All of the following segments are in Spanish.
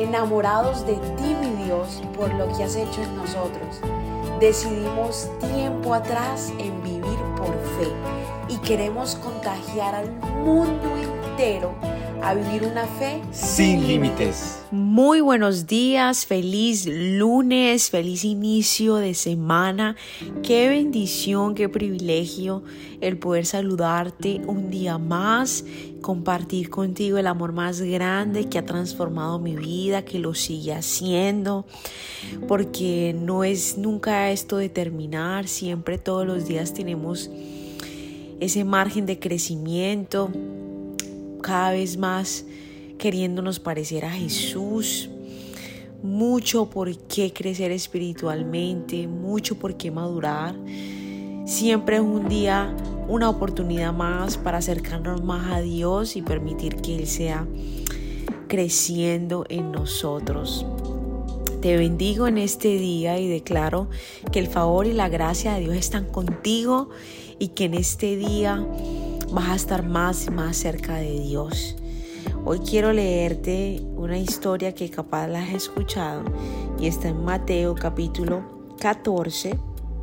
enamorados de ti, mi Dios, por lo que has hecho en nosotros. Decidimos tiempo atrás en vivir por fe y queremos contagiar al mundo entero a vivir una fe sin límites. Muy buenos días, feliz lunes, feliz inicio de semana. Qué bendición, qué privilegio el poder saludarte un día más, compartir contigo el amor más grande que ha transformado mi vida, que lo sigue haciendo, porque no es nunca esto de terminar, siempre todos los días tenemos ese margen de crecimiento, cada vez más queriéndonos parecer a Jesús, mucho por qué crecer espiritualmente, mucho por qué madurar. Siempre es un día, una oportunidad más para acercarnos más a Dios y permitir que Él sea creciendo en nosotros. Te bendigo en este día y declaro que el favor y la gracia de Dios están contigo y que en este día vas a estar más y más cerca de Dios. Hoy quiero leerte una historia que capaz la has escuchado y está en Mateo capítulo 14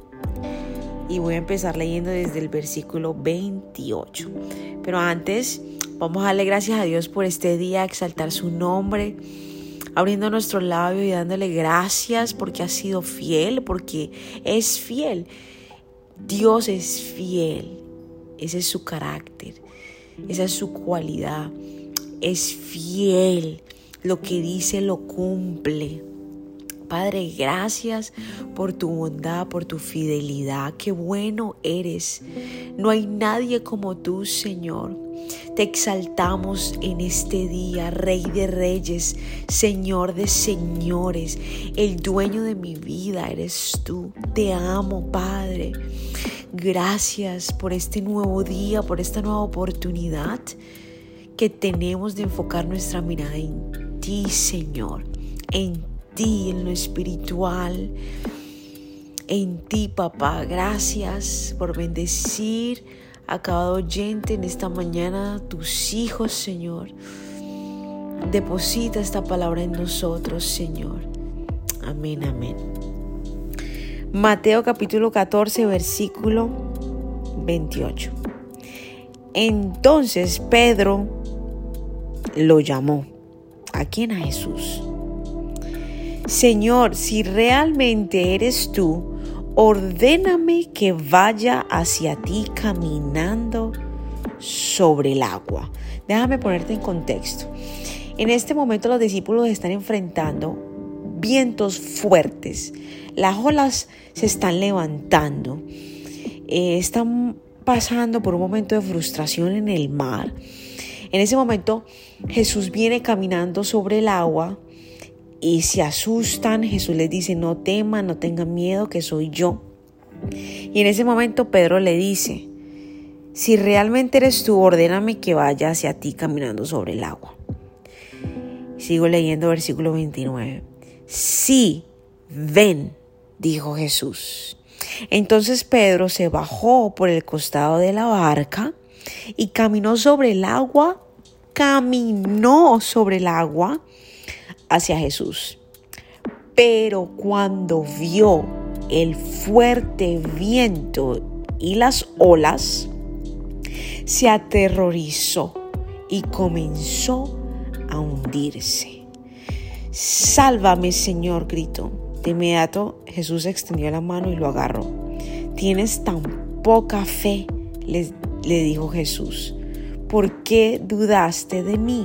y voy a empezar leyendo desde el versículo 28. Pero antes vamos a darle gracias a Dios por este día, exaltar su nombre, abriendo nuestros labios y dándole gracias porque ha sido fiel, porque es fiel. Dios es fiel. Ese es su carácter, esa es su cualidad. Es fiel, lo que dice lo cumple. Padre, gracias por tu bondad, por tu fidelidad. Qué bueno eres. No hay nadie como tú, Señor. Te exaltamos en este día, Rey de Reyes, Señor de Señores, el dueño de mi vida eres tú. Te amo, Padre. Gracias por este nuevo día, por esta nueva oportunidad que tenemos de enfocar nuestra mirada en ti, Señor, en ti, en lo espiritual, en ti, papá. Gracias por bendecir a cada oyente en esta mañana, tus hijos, Señor. Deposita esta palabra en nosotros, Señor. Amén, amén. Mateo capítulo 14, versículo 28. Entonces Pedro lo llamó. ¿A quién? A Jesús. Señor, si realmente eres tú, ordéname que vaya hacia ti caminando sobre el agua. Déjame ponerte en contexto. En este momento los discípulos están enfrentando vientos fuertes. Las olas se están levantando. Están pasando por un momento de frustración en el mar. En ese momento Jesús viene caminando sobre el agua y se asustan. Jesús les dice: no teman, no tengan miedo, que soy yo. Y en ese momento Pedro le dice: si realmente eres tú, ordéname que vaya hacia ti caminando sobre el agua. Sigo leyendo versículo 29. Sí, ven, dijo Jesús. Entonces Pedro se bajó por el costado de la barca y caminó sobre el agua hacia Jesús. Pero cuando vio el fuerte viento y las olas, se aterrorizó y comenzó a hundirse. Sálvame, Señor, gritó. De inmediato Jesús extendió la mano y lo agarró. ¿Tienes tan poca fe?, le dijo Jesús. ¿Por qué dudaste de mí?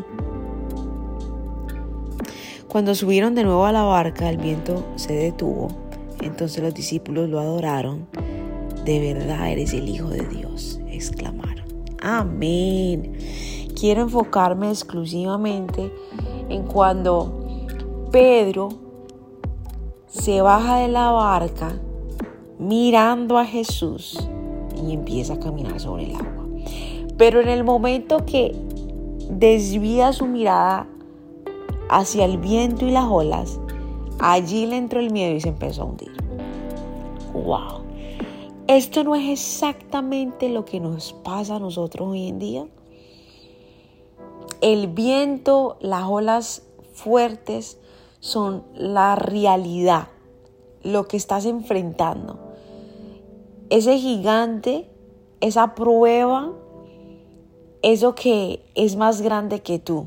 Cuando subieron de nuevo a la barca, el viento se detuvo. Entonces los discípulos lo adoraron. De verdad eres el Hijo de Dios, exclamaron. Amén. Quiero enfocarme exclusivamente en cuando Pedro se baja de la barca mirando a Jesús y empieza a caminar sobre el agua. Pero en el momento que desvía su mirada hacia el viento y las olas, allí le entró el miedo y se empezó a hundir. ¡Wow! ¿Esto no es exactamente lo que nos pasa a nosotros hoy en día? El viento, las olas fuertes son la realidad, lo que estás enfrentando. Ese gigante, esa prueba, eso que es más grande que tú.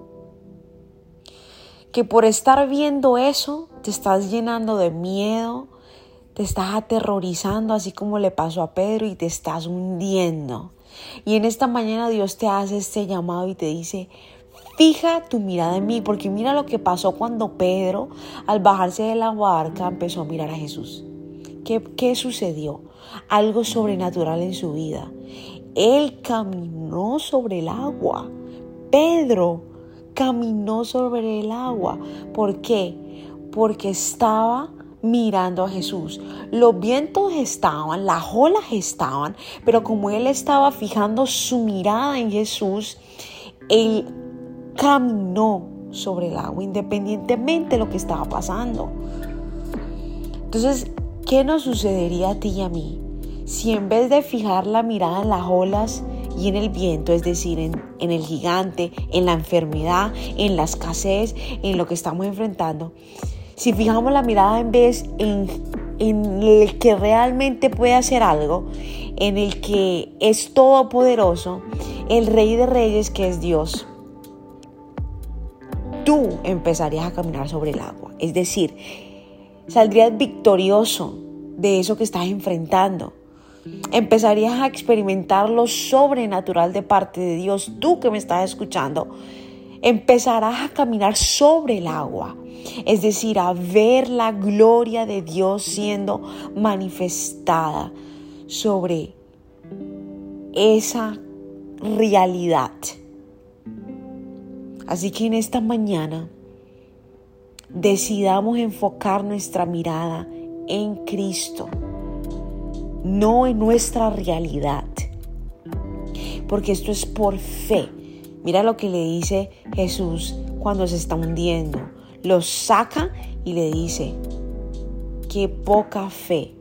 Que por estar viendo eso, te estás llenando de miedo, te estás aterrorizando, así como le pasó a Pedro, y te estás hundiendo. Y en esta mañana Dios te hace este llamado y te dice: fija tu mirada en mí, porque mira lo que pasó cuando Pedro, al bajarse de la barca, empezó a mirar a Jesús. ¿Qué sucedió? Algo sobrenatural en su vida. Él caminó sobre el agua. Pedro caminó sobre el agua. ¿Por qué? Porque estaba mirando a Jesús. Los vientos estaban, las olas estaban, pero como él estaba fijando su mirada en Jesús, él caminó sobre el agua, independientemente de lo que estaba pasando. Entonces, ¿qué nos sucedería a ti y a mí si en vez de fijar la mirada en las olas y en el viento, es decir, en el gigante, en la enfermedad, en la escasez, en lo que estamos enfrentando, si fijamos la mirada en vez en el que realmente puede hacer algo, en el que es todopoderoso, el Rey de Reyes, que es Dios, tú empezarías a caminar sobre el agua. Es decir, saldrías victorioso de eso que estás enfrentando. Empezarías a experimentar lo sobrenatural de parte de Dios. Tú que me estás escuchando, empezarás a caminar sobre el agua. Es decir, a ver la gloria de Dios siendo manifestada sobre esa realidad. Así que en esta mañana decidamos enfocar nuestra mirada en Cristo, no en nuestra realidad, porque esto es por fe. Mira lo que le dice Jesús cuando se está hundiendo. Lo saca y le dice: qué poca fe,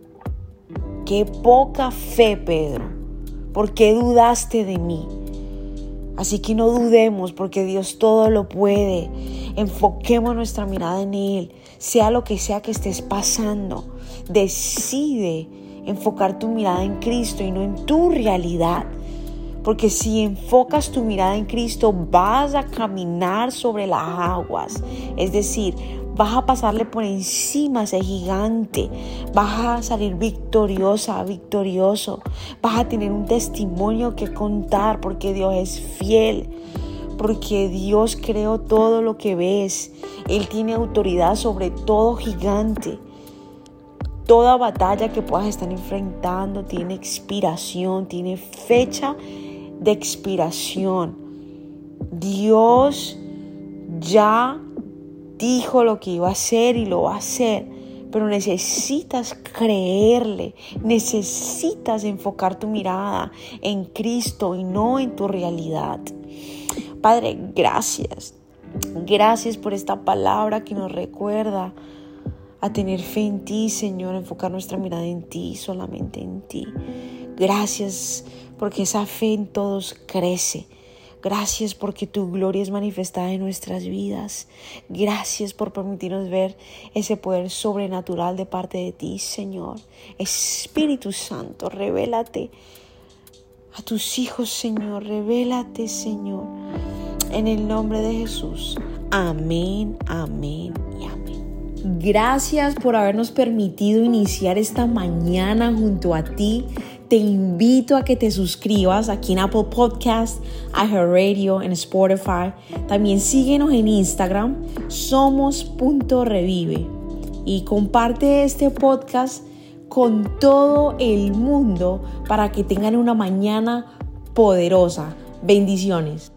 Pedro, ¿por qué dudaste de mí? Así que no dudemos, porque Dios todo lo puede. Enfoquemos nuestra mirada en Él, sea lo que sea que estés pasando. Decide enfocar tu mirada en Cristo y no en tu realidad. Porque si enfocas tu mirada en Cristo, vas a caminar sobre las aguas. Es decir, vas a pasarle por encima a ese gigante. Vas a salir victoriosa, victorioso. Vas a tener un testimonio que contar, porque Dios es fiel. Porque Dios creó todo lo que ves. Él tiene autoridad sobre todo gigante. Toda batalla que puedas estar enfrentando tiene expiración, tiene fecha de expiración. Dios ya dijo lo que iba a hacer y lo va a hacer, pero necesitas creerle, necesitas enfocar tu mirada en Cristo y no en tu realidad. Padre, gracias por esta palabra que nos recuerda a tener fe en ti, Señor, enfocar nuestra mirada en ti, solamente en ti. Gracias porque esa fe en todos crece. Gracias porque tu gloria es manifestada en nuestras vidas. Gracias por permitirnos ver ese poder sobrenatural de parte de ti, Señor. Espíritu Santo, revélate a tus hijos, Señor. Revélate, Señor. En el nombre de Jesús. Amén, amén y amén. Gracias por habernos permitido iniciar esta mañana junto a ti. Te invito a que te suscribas aquí en Apple Podcasts, iHeartRadio, en Spotify. También síguenos en Instagram, somos.revive. Y comparte este podcast con todo el mundo para que tengan una mañana poderosa. Bendiciones.